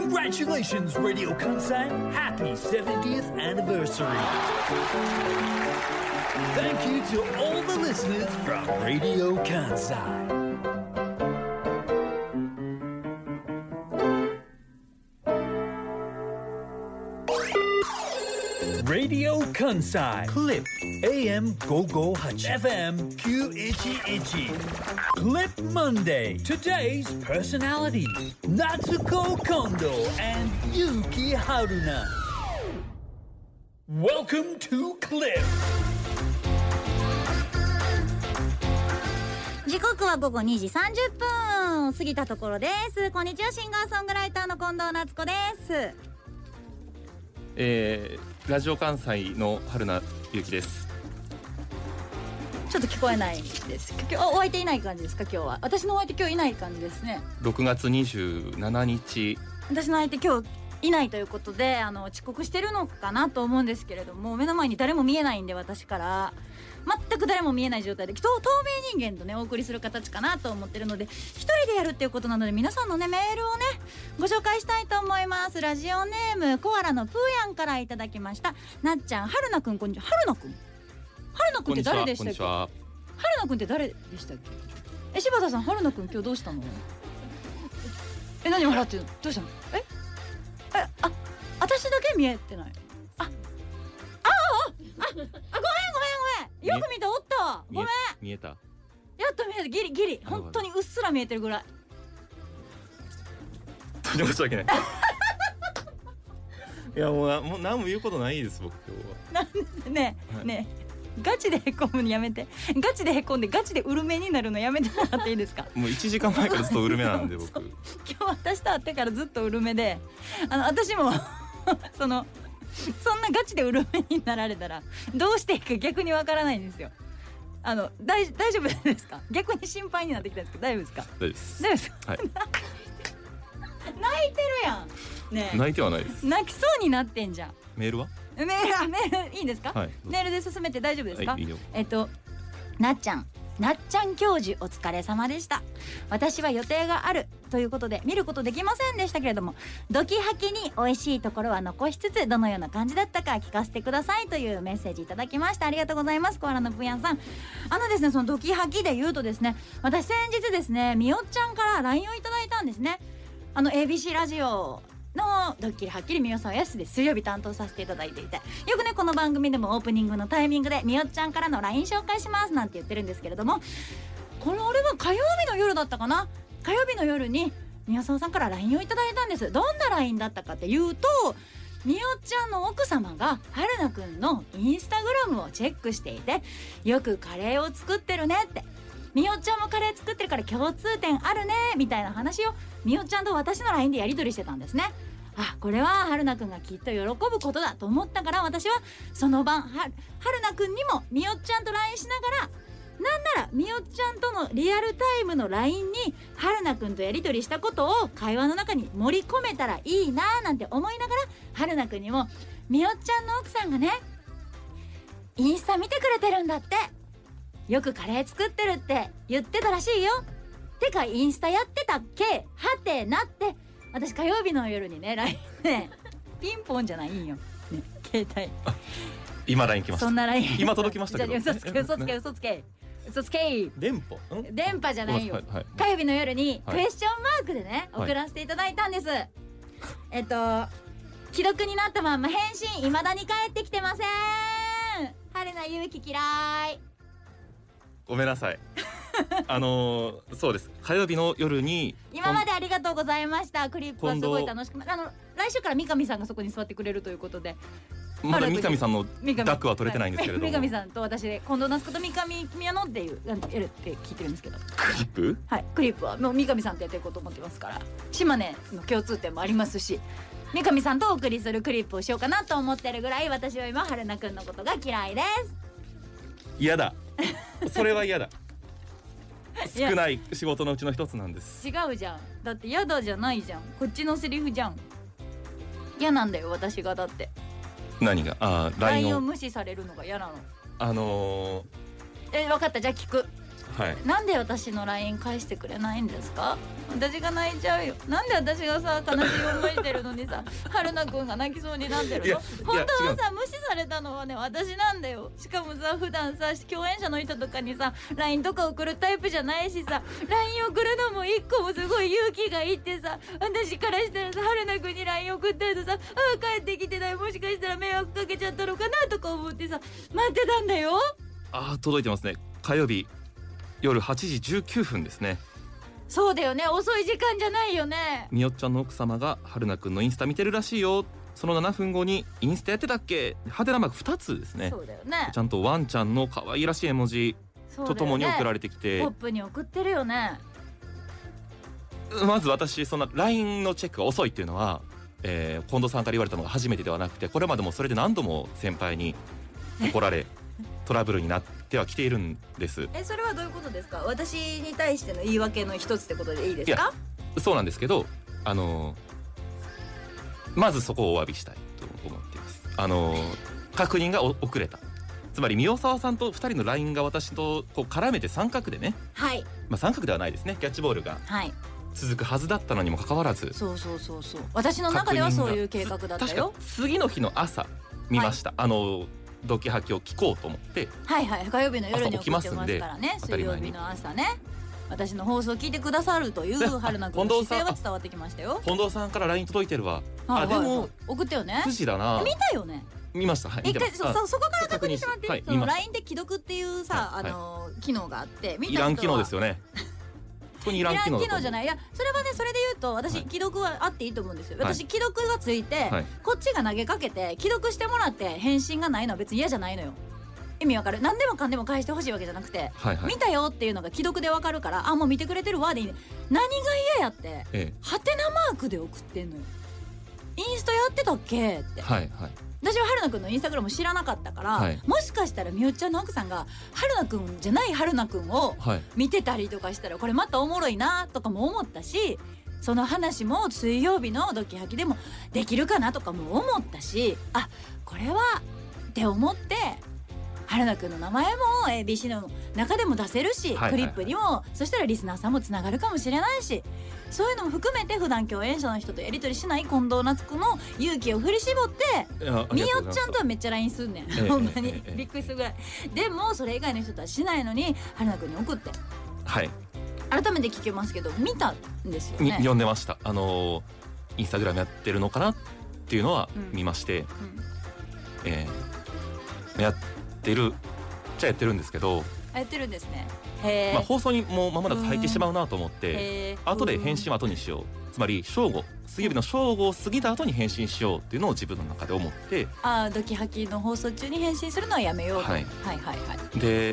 Congratulations, Radio Kansai. Happy 70th anniversary. Thank you to all the listeners from Radio Kansai. Radio Kansai Clip AM 558 FM 911 Clip Monday. Today's personalities Natsuko Kondo and Yuki Haruna. Welcome to Clip. 時刻は午後2時30分過ぎたところです。こんにちは、シンガーソングライターの近藤夏子です。 ラジオ関西の春名ゆきです。 ちょっと聞こえないです。お相手いない感じですか？今日は私のお相手今日いない感じですね。 6月27日私の相手今日いないということで遅刻してるのかなと思うんですけれども、目の前に誰も見えないんで、私から全く誰も見えない状態で透明人間とねお送りする形かなと思ってるので、一人でやるっていうことなので、皆さんのねメールをねご紹介したいと思います。ラジオネームコアラのプーヤンからいただきました。なっちゃん、はるなくん、こんにちは。はるなくんって誰でしたっけ？はるなくんって誰でしたっけ？柴田さん、はるなくん今日どうしたの？何笑ってるの？どうしたの？私だけ見えてない。ごめん。よく見た、おったわ。ごめん。 見えた。 やっと見えた。ギリ。本当にうっすら見えてるぐらい。 とても申し訳ない。いやもう何も言うことないです僕今日は。 なんでねガチでへこむのやめて。ガチでへこんでガチでうるめになるのやめてもらっていいですか？ もう1時間前からずっとうるめなんで僕。 今日私と会ってからずっとうるめで、私もそんなガチでうるめになられたらどうしていいか逆にわからないんですよ。大丈夫ですか？逆に心配になってきたんですけど、大丈夫ですか？ 大丈夫です。 大丈夫ですか？ はい。 泣いてるやん。ねえ。 泣いてはないです。 泣きそうになってんじゃん。 メールは？ メールいいんですか？ はい。 メールで進めて大丈夫ですか？ はい、いいよ。 なっちゃん教授お疲れ様でした。私は予定があるということで見ることできませんでしたけれども、ドキハキに美味しいところは残しつつ、どのような感じだったか聞かせてくださいというメッセージいただきました。ありがとうございます。コアラのぷやんさん。ですね、そのドキハキで言うとですね、私先日ですね、みおっちゃんから LINE をいただいたんですね。ABC ラジオのドッキリはっきりみおさんはやすで水曜日担当させていただいていて、よくねこの番組でもオープニングのタイミングでみおっちゃんからの LINE 紹介しますなんて言ってるんですけれども、これ俺は火曜日の夜だったかな。火曜日の夜にみおさんから LINE をいただいたんです。どんな LINE だったかっていうと、みおちゃんの奥様がはるなくんのインスタグラムをチェックしていて、よくカレーを作ってるねって、みおちゃんもカレー作ってるから共通点あるねみたいな話をみおちゃんと私の LINE でやり取りしてたんですね。これははるなくんがきっと喜ぶことだと思ったから、私はその晩はるなくんにもみおちゃんと LINE しながら、なんならみおちゃんとのリアルタイムの LINE にはるなくんとやり取りしたことを会話の中に盛り込めたらいいなーなんて思いながら、はるなくんにもみおちゃんの奥さんがねインスタ見てくれてるんだって、よくカレー作ってるって言ってたらしいよ。てかインスタやってたっけはてなって、私火曜日の夜にね LINE ねピンポンじゃないんよ、ね、携帯今 LINE 来ました。 そんな LINE 今届きましたけど。 嘘つけ電波じゃないよ、 はいはい、 火曜日の夜にクエスチョンマークでね、 はい、 送らせていただいたんです。既読になったまんま返信未だに返ってきてません。春菜勇気嫌い。 ごめんなさい。そうです、火曜日の夜に今までありがとうございました。クリップはすごい楽しく、来週から三上さんがそこに座ってくれるということで、 まだ三上さんのダックは取れてないんですけれども、 三上さんと私で近藤那須子と三上宮野っていうやるって聞いてるんですけど、 クリップ、 はい、クリップはもう三上さんとやっていこうと思ってますから、島根の共通点もありますし、三上さんとお送りするクリップをしようかなと思ってるぐらい、私は今春菜くんのことが嫌いです。 嫌だそれは嫌だ少ない仕事のうちの一つなんです。 違うじゃん、だって嫌だじゃないじゃん、こっちのセリフじゃん。嫌なんだよ私が。だって何が？LINE を無視されるのが嫌なの。 分分かった、じゃあ聞く。 はい、 なんで私の LINE 返してくれないんですか？私が泣いちゃうよ。なんで私がさ悲しい思いしてるのにさ春菜くんが泣きそうになってるの？本当はさ無視されたのはね私なんだよ。しかもさ普段さ共演者の人とかにさ LINE とか送るタイプじゃないしさ LINE 送るのも一個もすごい勇気がいってさ、私からしたらさ春菜くんに LINE 送った後さ帰ってきてない、もしかしたら迷惑かけちゃったのかなとか思ってさ待ってたんだよ。 届いてますね。火曜日夜8時19分ですね。 そうだよね、遅い時間じゃないよね。 みよっちゃんの奥様が春菜くんのインスタ見てるらしいよ。その7分後にインスタやってたっけ、ハテナマーク2つですね。 そうだよね。 ちゃんとワンちゃんの可愛らしい絵文字とともに送られてきて、 ポップに送ってるよね。 まず私その LINE のチェックが遅いっていうのは、近藤さんから言われたのが初めてではなくて、これまでもそれで何度も先輩に怒られトラブルになってはきているんです。 それはどういうことですか？私に対しての言い訳の一つってことでいいですか？ そうなんですけど、まずそこをお詫びしたいと思っています。確認が遅れた。つまり宮沢さんと2人の LINE が私とこう絡めて三角でね、 はい、 三角ではないですね、キャッチボールが続くはずだったのにもかかわらず、 そう私の中ではそういう計画だったよ。 確か次の日の朝見ました、ドキハキを聞こうと思って、 火曜日の夜に送ってますからね。水曜日の朝ね、私の放送を聞いてくださるという春菜くんの姿勢は伝わってきましたよ。 近藤さんから LINE 届いてるわ。でも送ったよね。 9時だな。 見たよね。 見ました。 一回そこから確認してもらって、その LINE で既読っていうさ機能があって、 いらん機能ですよね。いらん機能じゃない。いやそれはね、それで言うと私既読はあっていいと思うんですよ。私既読がついてこっちが投げかけて既読してもらって返信がないのは別に嫌じゃないのよ。意味わかる？何でもかんでも返してほしいわけじゃなくて、見たよっていうのが既読でわかるから、もう見てくれてるわでいいね。何が嫌やって、ハテナマークで送ってんのよ。インスタやってたっけって。私は春菜くんのインスタグラム知らなかったから、もしかしたらみよちゃんの奥さんが春菜くんじゃない春菜くんを見てたりとかしたら、これまたおもろいなとかも思ったし、その話も水曜日のドキハキでもできるかなとかも思ったし、これはって思って春菜くんの名前も ABC の中でも出せるし、クリップにも、そしたらリスナーさんもつながるかもしれないし、そういうのも含めて普段共演者の人とやり取りしない近藤夏子の勇気を振り絞ってみよっちゃんとはめっちゃ LINE すんねん、ほんまにびっくりするぐらい。でもそれ以外の人とはしないのに春菜くんに送って、改めて聞けますけど見たんですよね。 読んでました。インスタグラムやってるのかなっていうのは見まして、やってるじゃやってるんですけど、 やってるんですね。 放送にもう間もなく入ってしまうなと思って、後で返信は後にしよう、つまり水曜日の正午を過ぎた後に返信しようっていうのを自分の中で思って、 ドキハキの放送中に返信するのはやめようと。 で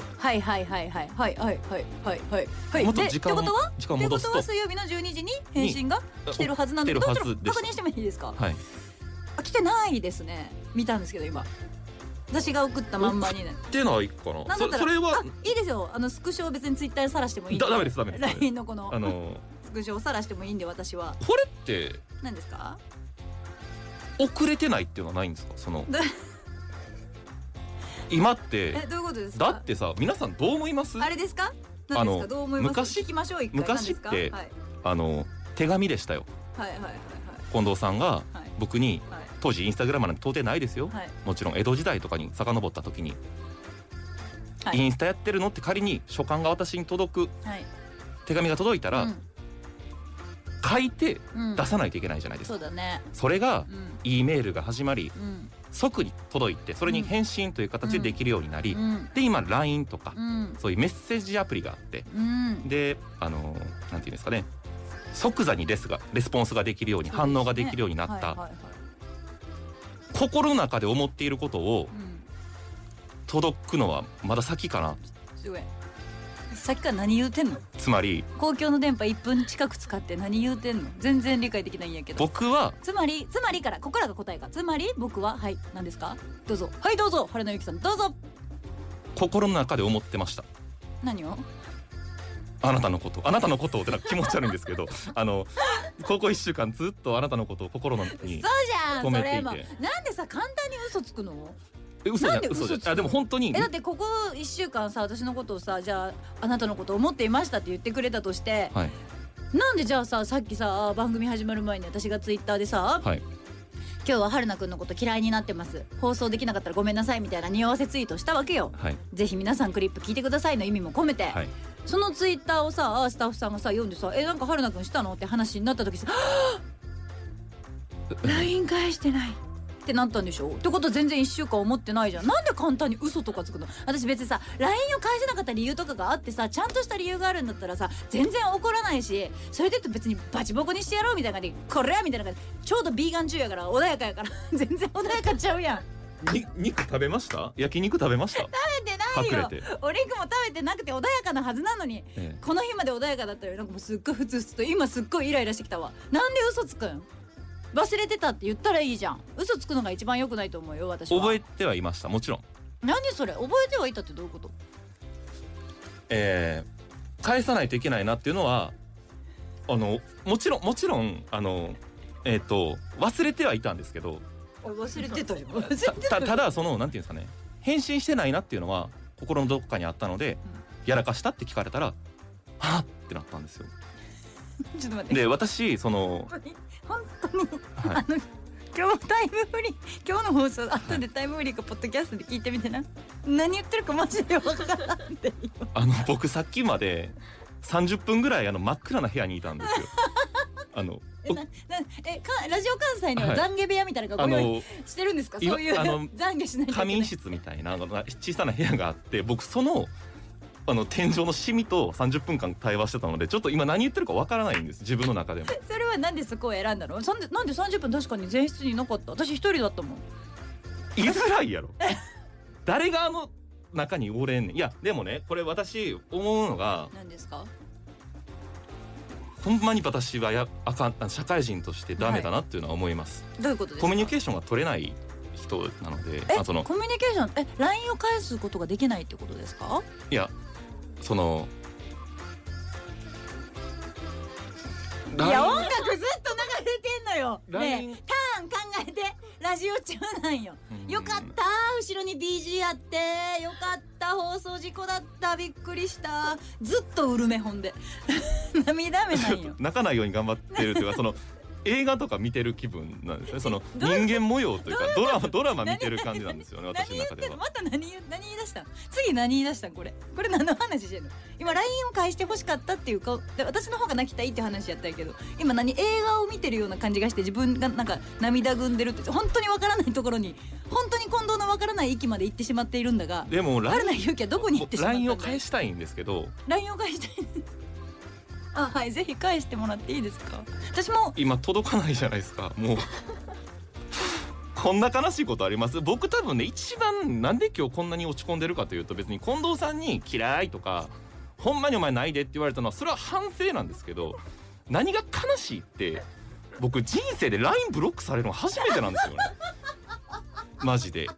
もっと時間を戻すと、 水曜日の12時に返信が来てるはずなんで、確認してもいいですか？来てないですね。見たんですけど今私が送ったまんまにね。 っていうのはいいかな。それはいいですよ。スクショを別にツイッターで晒してもいいんで。 ダメです。 LINE のこのスクショを晒してもいいんで。私はこれって何ですか？ 遅れてないっていうのはないんですか？今ってどういうことですか？ だってさ、皆さんどう思います？ あれですか？何ですか？どう思います？聞きましょう。 昔って手紙でしたよ。近藤さんが僕に、当時インスタグラムなんて到底ないですよ、もちろん江戸時代とかに遡った時に、インスタやってるのって仮に書簡が私に届く、手紙が届いたら、書いて出さないといけないじゃないですか。それが E メールが始まり、即に届いて、それに返信という形でできるようになり、で今 LINE とか、そういうメッセージアプリがあって、でなんていうんですかね、即座にレスポンスができるように、反応ができるようになった。心の中で思っていることを届くのはまだ先かな。 さっきから何言うてんの？ つまり公共の電波1分近く使って何言うてんの？全然理解できないんやけど。 僕はつまりからここらが答えか。つまり僕は何ですか？どうぞ。どうぞ春菜由紀さん、どうぞ。 心の中で思ってました。 何を？ あなたのことってなんか気持ち悪いんですけど高校1週間ずっとあなたのことを心の中にそうじゃん。 込めていて、 それもなんでさ簡単に嘘つくの？ 嘘じゃん嘘じゃん。あでも本当にだってここ1週間さ私のことをさじゃああなたのことを思っていましたって言ってくれたとして、はい、なんでじゃあさっきさ番組始まる前に私がツイッターでさ、はい、今日は春菜くんのこと嫌いになってます放送できなかったらごめんなさいみたいな匂わせツイートしたわけよ、はい、ぜひ皆さんクリップ聞いてくださいの意味も込めて、はい、そのツイッターをさスタッフさんがさ読んでさなんか春菜くんしたのって話になった時さLINE 返してないってなったんでしょってことは全然1週間思ってないじゃん。なんで簡単に嘘とかつくの。私別にさ LINE を返せなかった理由とかがあってさちゃんとした理由があるんだったらさ全然怒らないしそれで言うと別にバチボコにしてやろうみたいな感じでこれやみたいな感じでちょうどビーガン中やから穏やかやから全然穏やかちゃうやん。 肉食べました？焼肉食べました？ 食べてないよ。お肉も食べてなくて穏やかなはずなのに、この日まで穏やかだったよ。なんかもうすっごいふつふつと今すっごいイライラしてきたわ。なんで嘘つくん？忘れてたって言ったらいいじゃん。嘘つくのが一番良くないと思うよ私は。 覚えてはいましたもちろん。 何それ覚えてはいたってどういうこと？ 返さないといけないなっていうのはもちろん忘れてはいたんですけど忘れてたよただそのなんていうんですかね返信してないなっていうのは心のどこかにあったので、やらかしたって聞かれたらはぁってなったんですよちょっと待って。 で私その本当に、はい、今日タイムフリー今日の放送後でタイムフリーかポッドキャストで聞いてみてな。何言ってるかマジで分からんで僕さっきまで30分ぐらい真っ暗な部屋にいたんですよラジオ関西の懺悔部屋みたいなのがご用意してるんですか？そういう懺悔しないといけない仮眠室みたいな小さな部屋があって僕その天井のシミと30分間対話してたのでちょっと今何言ってるかわからないんです自分の中でも。 それはなんでそこを選んだの？なんで30分確かに前室にいなかった？私一人だったもん。 言いづらいやろ誰が中におれんねん。いやでもねこれ私思うのが何ですか？ ほんまに私は社会人としてダメだなっていうのは思います、 はい、どういうことですか？ コミュニケーションが取れない人なのでコミュニケーションLINE を返すことができないってことですか？ いやいや音楽ずっと流れてんのよ。ねターン考えてラジオ中なんよ。よかった後ろに BG あってよかった放送事故だったびっくりしたずっとうるめほんで涙目なんよ泣かないように頑張ってるというか映画とか見てる気分なんですね。その人間模様というかドラマ見てる感じなんですよね私の中では。 また何言い出したん？次何言い出したん？これ何の話してんの？今 LINE を返してほしかったっていうか私の方が泣きたいって話やったんやけど今映画を見てるような感じがして自分がなんか涙ぐんでるって本当にわからないところに本当に近藤のわからない域まで行ってしまっているんだがでも春菜ゆきはどこに行ってしまったんだ？ LINE を返したいんですけど LINE を返したいんですはいぜひ返してもらっていいですか？私も今届かないじゃないですかもうこんな悲しいことあります？僕多分ね一番なんで今日こんなに落ち込んでるかというと別に近藤さんに嫌いとかほんまにお前ないでって言われたのはそれは反省なんですけど何が悲しいって僕人生で LINE ブロックされるの初めてなんですよねマジで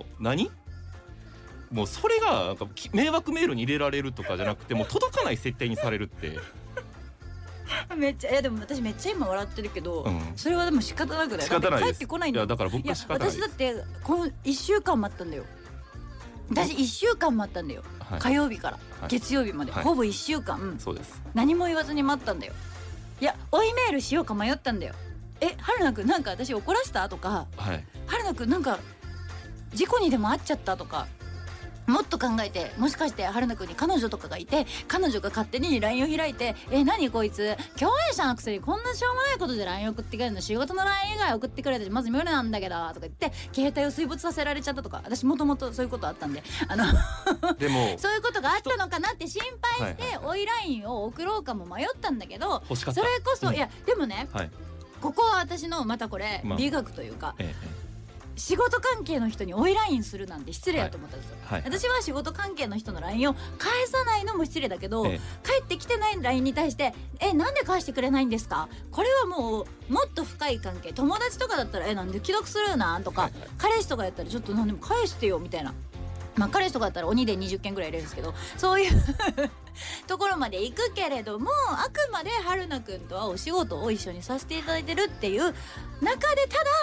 もうそれがなんか迷惑メールに入れられるとかじゃなくてもう届かない設定にされるってめっちゃでも私めっちゃ今笑ってるけど、それはでも仕方なくない？ 仕方ないです。 帰ってこないんだよ。 いやだから僕は仕方ないです。 私だってこの1週間待ったんだよ。私1週間待ったんだよ、火曜日から月曜日まで、ほぼ1週間、 そうです。 何も言わずに待ったんだよ。いや追いメールしようか迷ったんだよ。春菜くんなんか私怒らしたとか、春菜くんなんか事故にでも遭っちゃったとかもっと考えてもしかして春菜くんに彼女とかがいて彼女が勝手に LINE を開いて何こいつ共演者のくせにこんなしょうもないことで LINE 送ってくれるの仕事の LINE 以外送ってくれてまず無理なんだけどとか言って携帯を水没させられちゃったとか私もともとそういうことあったんででもそういうことがあったのかなって心配して追い LINE を送ろうかも迷ったんだけどそれこそいやでもねここは私のまたこれ美学というか仕事関係の人に追い LINE するなんて失礼だと思ったんですよ、私は仕事関係の人の LINE を返さないのも失礼だけど、返ってきてない LINE に対してなんで返してくれないんですか？これはもっと深い関係友達とかだったらなんで既読するなんとか、彼氏とかだったらちょっと何でも返してよみたいな、彼氏とかだったら鬼で20件ぐらい入れるんですけどそういうところまで行くけれどもあくまで春菜くんとはお仕事を一緒にさせていただいてるっていう中でただ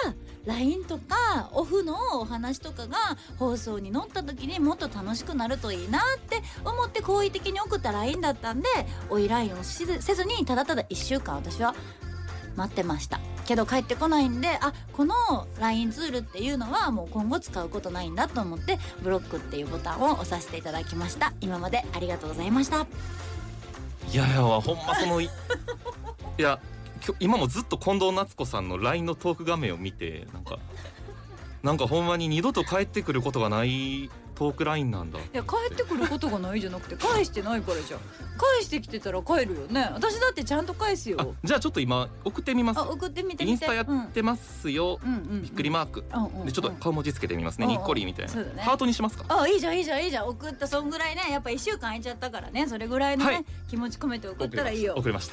LINE とかオフのお話とかが放送に載った時にもっと楽しくなるといいなって思って好意的に送った LINE だったんで、追い LINE をせずにただただ1週間私は待ってましたけど帰ってこないんで、この LINE ツールっていうのはもう今後使うことないんだと思ってブロックっていうボタンを押させていただきました。今までありがとうございました。 いやほんまいや今もずっと近藤夏子さんの LINE のトーク画面を見てなんかほんまに二度と帰ってくることがないトークラインなんだ。いや帰ってくることがないじゃなくて返してないからじゃん。返してきてたら帰るよね。私だってちゃんと返すよ。 じゃあちょっと今送ってみます。 送ってみて。 インスタやってますよ、びっくりマーク、でちょっと顔文字つけてみますね、にっこりみたいな、ハートにしますか。 いいじゃん送った。そんぐらいね、やっぱ1週間空いちゃったからね、それぐらいのね、気持ち込めて送ったらいいよ。 送りました。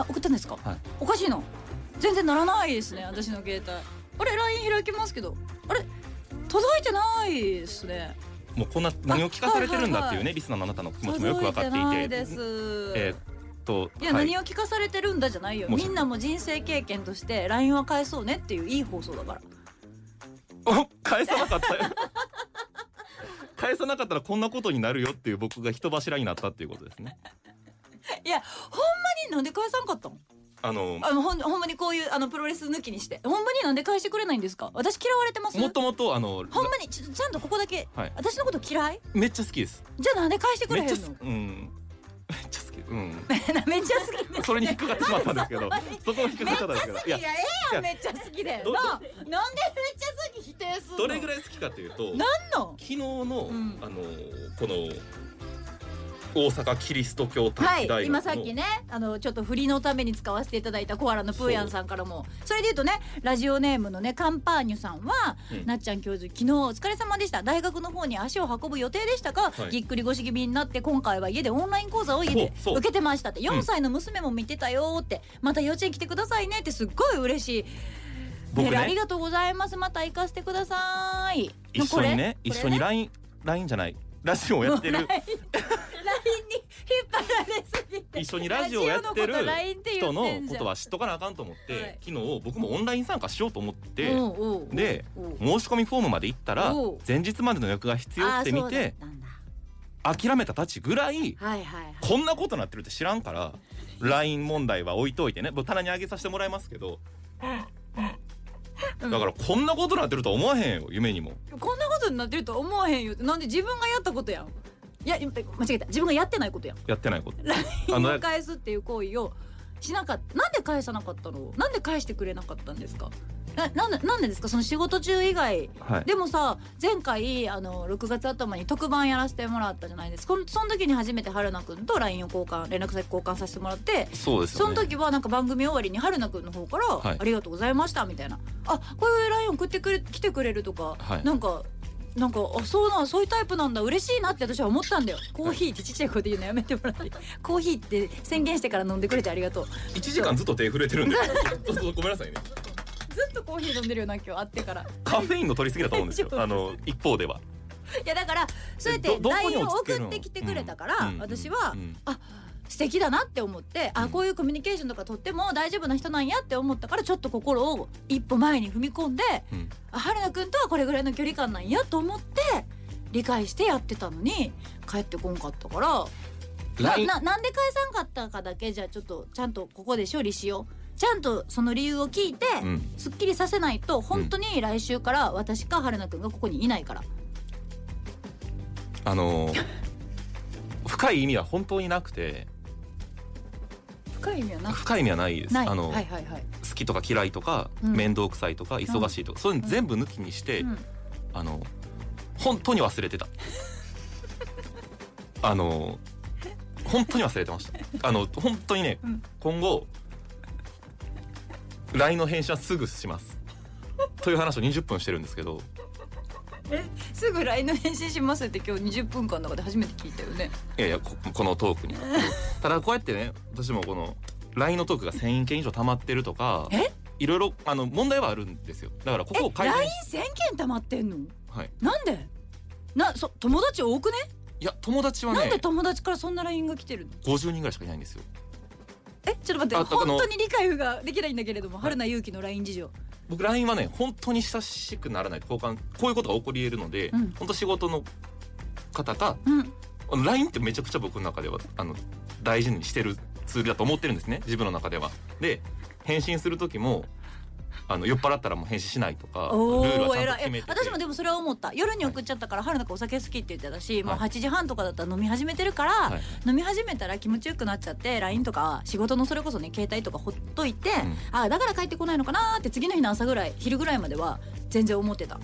送ったんですか。おかしいの全然ならないですね、私の携帯。あれ LINE 開きますけど、あれ届いてないですね。 もうこんな何を聞かされてるんだっていうね、リスナーのあなたの気持ちもよく分かっていて。 届いてないです。いや、何を聞かされてるんだじゃないよ。みんなも人生経験として LINE は返そうねっていういい放送だから。 返さなかったよ返さなかったらこんなことになるよっていう僕が人柱になったっていうことですね。 いやほんまになんで返さんかったの。ほんまにこういうプロレス抜きにしてほんまになんで返してくれないんですか。私嫌われてます。 もともとほんまにちゃんとここだけ、私のこと嫌い。 めっちゃ好きです。 じゃあなんで返してくれへんの。 めっちゃ好き。 めっちゃ好き。 それに引っかかってしまったんですけど、そこの引っかかったんですけど。 いやめっちゃ好きだよな。なんでめっちゃ好き否定するの。 どれぐらい好きかというと、 なんの昨日のこの大阪キリスト教短期大学の、 今さっきねちょっと振りのために使わせていただいたコアラのプーヤンさんからも、それで言うとね、ラジオネームのねカンパーニュさんは、なっちゃん教授昨日お疲れ様でした。大学の方に足を運ぶ予定でしたが、ぎっくり腰気味になって今回は家でオンライン講座を家で受けてましたって。4歳の娘も見てたよって、また幼稚園来てくださいねって、すっごい嬉しいメールありがとうございます。また行かせてください。 一緒に LINE じゃないラジオをやってる LINE に引っ張られすぎて、 一緒にラジオをやってる人のことは知っとかなあかんと思って、昨日僕もオンライン参加しようと思って、で申し込みフォームまで行ったら前日までの予約が必要って見て諦めたたちぐらい、こんなことなってるって知らんから、 LINE 問題は置いといてね、棚に上げさせてもらいますけど、だからこんなことなってるとは思わへんよ、夢にも。 こんなことになってるとは思わへんよって。なんで自分がやったことやん。いや間違えた、自分がやってないことやん。 やってないこと。 LINE を返すっていう行為をしなかった。なんで返さなかったの。なんで返してくれなかったんですか。なんでですか、その仕事中以外、でもさ、前回6月頭に特番やらせてもらったじゃないですか。その時に初めて春菜くんと LINE を連絡先交換させてもらって、 そうですよね。 その時はなんか番組終わりに春菜くんの方から、ありがとうございましたみたいな、こういう LINE 送って来てくれるとか、なんかそういうタイプなんだ、嬉しいなって私は思ったんだよ。コーヒーってちっちゃい声で言うのやめてもらって。コーヒーって宣言してから飲んでくれてありがとう。 1時間ずっと手震えてるんでごめんなさいね。 ずっとコーヒー飲んでるよな今日会ってから。 カフェインの取りすぎだと思うんですよ一方では。 いやだからそうやって LINE を送ってきてくれたから、私は素敵だなって思って、こういうコミュニケーションとかとっても大丈夫な人なんやって思ったから、ちょっと心を一歩前に踏み込んで、春菜くんとはこれぐらいの距離感なんやと思って理解してやってたのに帰ってこんかったから、なんで返さんかったかだけじゃちょっとちゃんとここで処理しよう。ちゃんとその理由を聞いて、すっきりさせないと本当に来週から私か春菜くんがここにいないから。 深い意味は本当になくて。 深い意味はないです。好きとか嫌いとか、面倒くさいとか忙しいとか、そういうの全部抜きにして、本当に忘れてた。本当に忘れてました。本当にね、今後LINE の返信はすぐしますという話を20分してるんですけど、 すぐ LINE の返信しますって今日20分間の中で初めて聞いたよね。 いやこのトークにただこうやってね、私もこの LINE のトークが1000件以上溜まってるとか、いろいろ問題はあるんですよ。だからここを改善。 LINE1000 件溜まってんの。なんで友達多くね。 いや友達はね、 なんで友達からそんな LINE が来てるの。 50人ぐらいしかいないんですよ。 ちょっと待って、本当に理解ができないんだけれども、春菜勇気の LINE 事情。 僕 LINE はね本当に親しくならないと交換こういうことが起こり得るので、本当仕事の方か、LINE ってめちゃくちゃ僕の中では大事にしてるツールだと思ってるんですね、自分の中では。で返信する時も酔っ払ったらもう返信しないとかルールはちゃんと決めてて、 私もでもそれは思った。夜に送っちゃったから春菜お酒好きって言ってたし、もう8時半とかだったら飲み始めてるから、飲み始めたら気持ちよくなっちゃって LINE とか仕事のそれこそね携帯とかほっといて、だから帰ってこないのかなって次の日の朝ぐらい昼ぐらいまでは全然思ってた。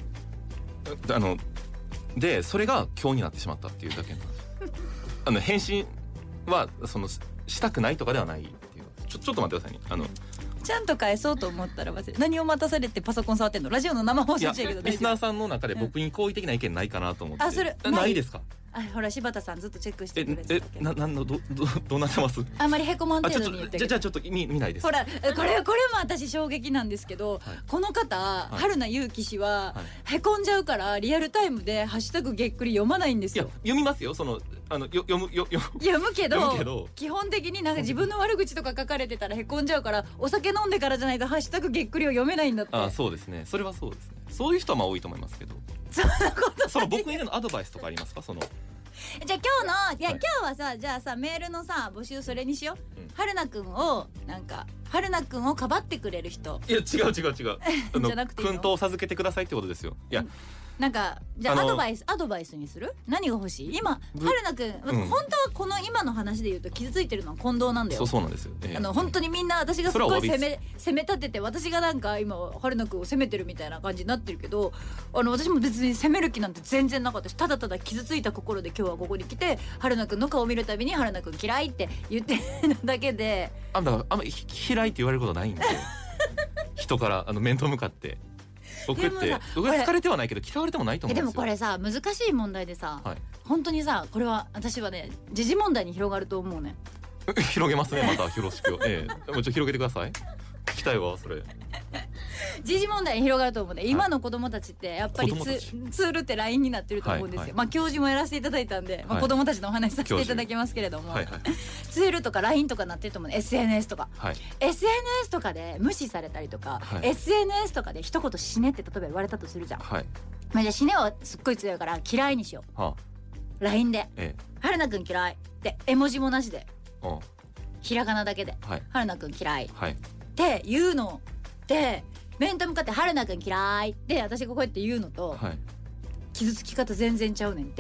でそれが今日になってしまったっていうだけなんです返信はしたくないとかではないっていう。ちょっと待ってくださいね。 ちゃんと返そうと思ったら何を待たされてパソコン触ってんの？ラジオの生放送中やけどリスナーさんの中で僕に好意的な意見ないかなと思って。それないですか？ ほら柴田さんずっとチェックしてくれてたけど。 どうなってます？ あんまりへこまん程度に言ってじゃあちょっと見ないです。 ほらこれも私衝撃なんですけど、この方春名優紀氏はへこんじゃうからリアルタイムでハッシュタグげっくり読まないんですよ。 いや読みますよ。読むけど基本的になんか自分の悪口とか書かれてたらへこんじゃうから、お酒飲んでからじゃないとハッシュタグげっくりを読めないんだって。 そうですね。それはそうですね。そういう人は多いと思いますけど。 そんなこと僕へのアドバイスとかありますか？ じゃあ今日はさ、じゃあさメールのさ募集それにしよう。春菜くんを春菜くんをかばってくれる人。 いや違うじゃなくていいの？ 君と授けてくださいってことですよ。いやじゃあアドバイスにする？何が欲しい？今春菜くん、本当はこの今の話で言うと傷ついてるのは近藤なんだよ。 そうなんですよ。 本当にみんな私がすごい攻め立てて、私がなんか今春菜くんを責めてるみたいな感じになってるけど、私も別に責める気なんて全然なかったし、ただただ傷ついた心で今日はここに来て春菜くんの顔を見るたびに春菜くん嫌いって言ってるだけで。 だからあんま嫌いって言われることないんで人から面と向かって僕って疲れてはないけど嫌われてもないと思うんですよ。 でもこれさ難しい問題でさ、本当にさこれは私はね時事問題に広がると思うね。 広げますねまたよろしく。もうちょっと広げてください。聞きたいわそれ。 時事問題に広がると思うね。今の子供たちってやっぱりツールって LINE になってると思うんですよ。教授もやらせていただいたんで、子供たちのお話させていただきますけれども、ツールとか LINE とかなってると思うね。 SNS とか、SNS とかで無視されたりとか、SNS とかで一言死ねって例えば言われたとするじゃん。じゃあ死ねはすっごい強いから嫌いにしよう。LINE で春菜くん嫌いって絵文字もなしでひらがなだけで春菜くん嫌いって言うので、面と向かって春菜くん嫌いって私がこうやって言うのと、傷つき方全然ちゃうねんって。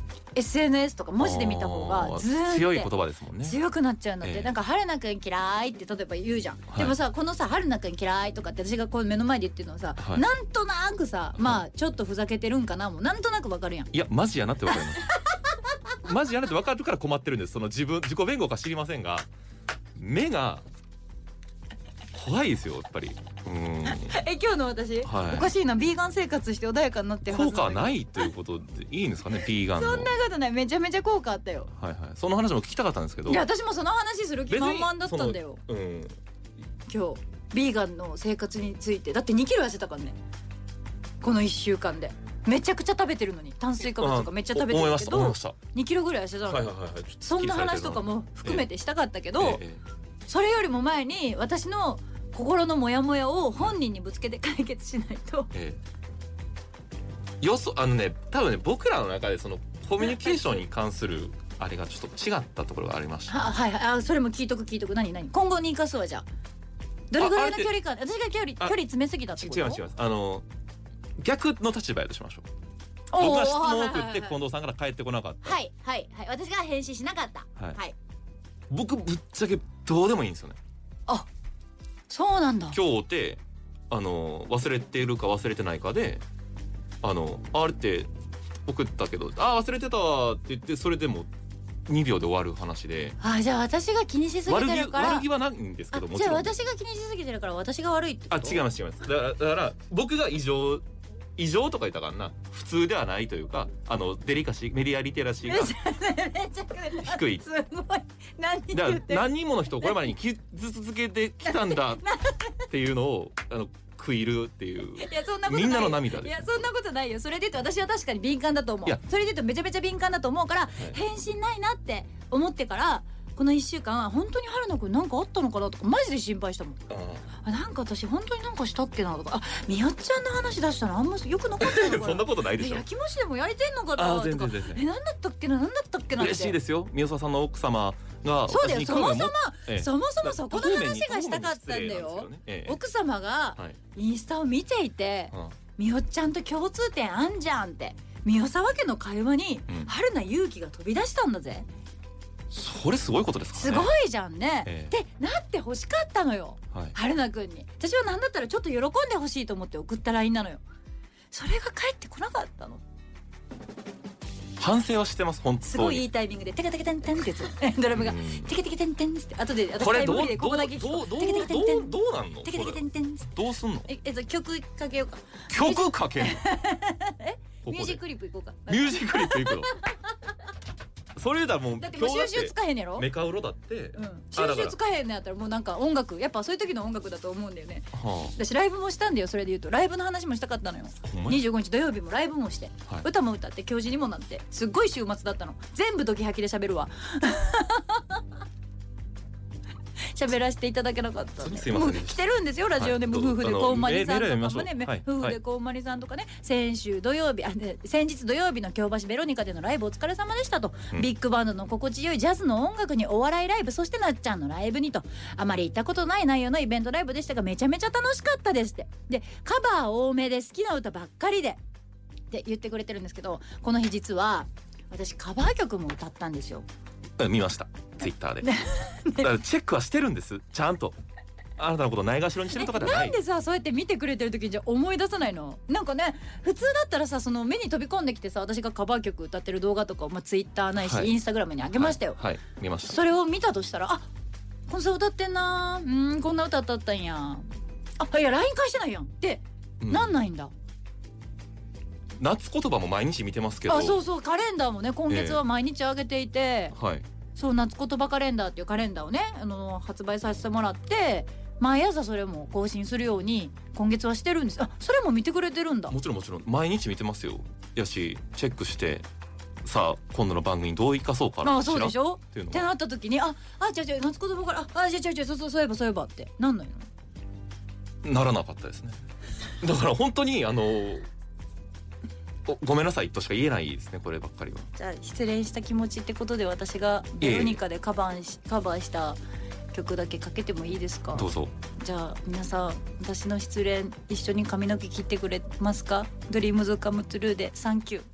SNS とか文字で見た方がずーっと強い言葉ですもんね。 強くなっちゃうんだって。なんか春菜くん嫌いって例えば言うじゃん。でもさこのさ春菜くん嫌いとかって私がこう目の前で言ってるのはさ、なんとなくさちょっとふざけてるんかなもなんとなくわかるやん。 いやマジやなってわかりますマジやなってわかるから困ってるんです。自己弁護か知りませんが目が怖いですよやっぱり。 今日の私、おかしいな。ビーガン生活して穏やかになってるはず。 効果はないということでいいんですかねビーガンの。 そんなことない。めちゃめちゃ効果あったよ。 その話も聞きたかったんですけど。 いや私もその話する気満々だったんだよ。今日ビーガンの生活についてだって2キロ痩せたからねこの1週間で。めちゃくちゃ食べてるのに炭水化物とかめっちゃ食べてるけど2キロぐらい痩せたの。そんな話とかも含めてしたかったけど、それよりも前に私の心のモヤモヤを本人にぶつけて解決しないと。 多分ね僕らの中でそのコミュニケーションに関するあれがちょっと違ったところがありました。 それも聞いとく。何今後に生かすわ。じゃあどれぐらいの距離感？私が距離詰めすぎたってこと？ 違います逆の立場やとしましょう。僕が質問を送って近藤さんから返ってこなかった。 私が返信しなかった。 僕ぶっちゃけどうでもいいんですよね。 そうなんだ。 今日って忘れてるか忘れてないかであれって送ったけど忘れてたって言ってそれでも2秒で終わる話で。 じゃあ私が気にしすぎてるから悪気はないんですけどもちろん。 じゃあ私が気にしすぎてるから私が悪いってこと？ 違います。だから僕が異常とか言ったからな普通ではないというかデリカシーメディアリテラシーが低い。 すごい何人もの人をこれまでに傷つけてきたんだっていうのを食いるっていう。 いやそんなことない。 みんなの涙です。 いやそんなことないよ。それで言うと私は確かに敏感だと思う。それで言うとめちゃめちゃ敏感だと思うから、返信ないなって思ってからこの1週間本当に春菜くんなんかあったのかなとかマジで心配したもん。なんか私本当になんかしたっけなとか、みよっちゃんの話出したらあんまよくなかったのかなそんなことないでしょ。 焼きもちでも焼いてんのかなとか、なんだったっけな嬉しいですよ。宮沢さんの奥様が。 そうだよ、そもそもそこの話がしたかったんだよ。奥様がインスタを見ていて、みよっちゃんと共通点あんじゃんって宮沢家の会話に春菜勇気が飛び出したんだぜ。 それすごいことですかね。 すごいじゃんね、ってなって欲しかったのよ、春菜くんに。私は何だったらちょっと喜んでほしいと思って送った LINE なのよ。それが返ってこなかったの。 反省はしてます本当に。 すごいいいタイミングでテケテケテンテンってやつドラムがテケテケテンテンって後で私これどうでここだけどうなんの。 テケテケテンテンどうすんの。 曲かけようか。 曲かけるミュージッククリップいこうか。 ミュージッククリップいくの。それだもうだってもう収集つかへんやろ。 メカウロだって、 収集つかへんのやったらもうなんか音楽やっぱそういう時の音楽だと思うんだよね。私ライブもしたんだよ。それで言うとライブの話もしたかったのよ。25日土曜日もライブもして、歌も歌って教授にもなってすっごい週末だったの。全部ドキハキで喋るわ。喋らせていただけなかったんで。もう来てるんですよラジオでも夫婦でこんまりさんとかもね、夫婦でこんまりさんとかね、先日土曜日の京橋ベロニカでのライブお疲れ様でしたと、ビッグバンドの心地よいジャズの音楽にお笑いライブ、そしてなっちゃんのライブにと、あまり行ったことない内容のイベントライブでしたがめちゃめちゃ楽しかったですって。でカバー多めで好きな歌ばっかりでって言ってくれてるんですけど、この日実は私カバー曲も歌ったんですよ。 見ましたツイッターで。だからチェックはしてるんですちゃんと。あなたのことないがしろにしてるとかではない。 なんでさそうやって見てくれてる時にじゃ思い出さないの。なんかね普通だったらさ、その目に飛び込んできてさ、私がカバー曲歌ってる動画とかをツイッターないし、インスタグラムに上げましたよ。 見ました。 それを見たとしたら、あこんな歌ってんな、こんな歌歌ったんや、いや LINE 返してないやんってなんないんだ。 夏言葉も毎日見てますけど。 そうそう、カレンダーもね今月は毎日上げていて、そう夏言葉カレンダーっていうカレンダーをね発売させてもらって、毎朝それも更新するように今月はしてるんです。それも見てくれてるんだ。 もちろん毎日見てますよ。やしチェックしてさあ今度の番組どう生かそうかな。 そうでしょってなった時にじゃあ夏言葉からじゃあそういえばってなんないの。ならなかったですね。だから本当にごめんなさいとしか言えないですねこればっかりは。 じゃあ失恋した気持ちってことで私がベロニカでカバーした曲だけかけてもいいですか。 どうぞ。 じゃあ皆さん私の失恋一緒に髪の毛切ってくれますか。ドリームズカムトゥルーでサンキュー。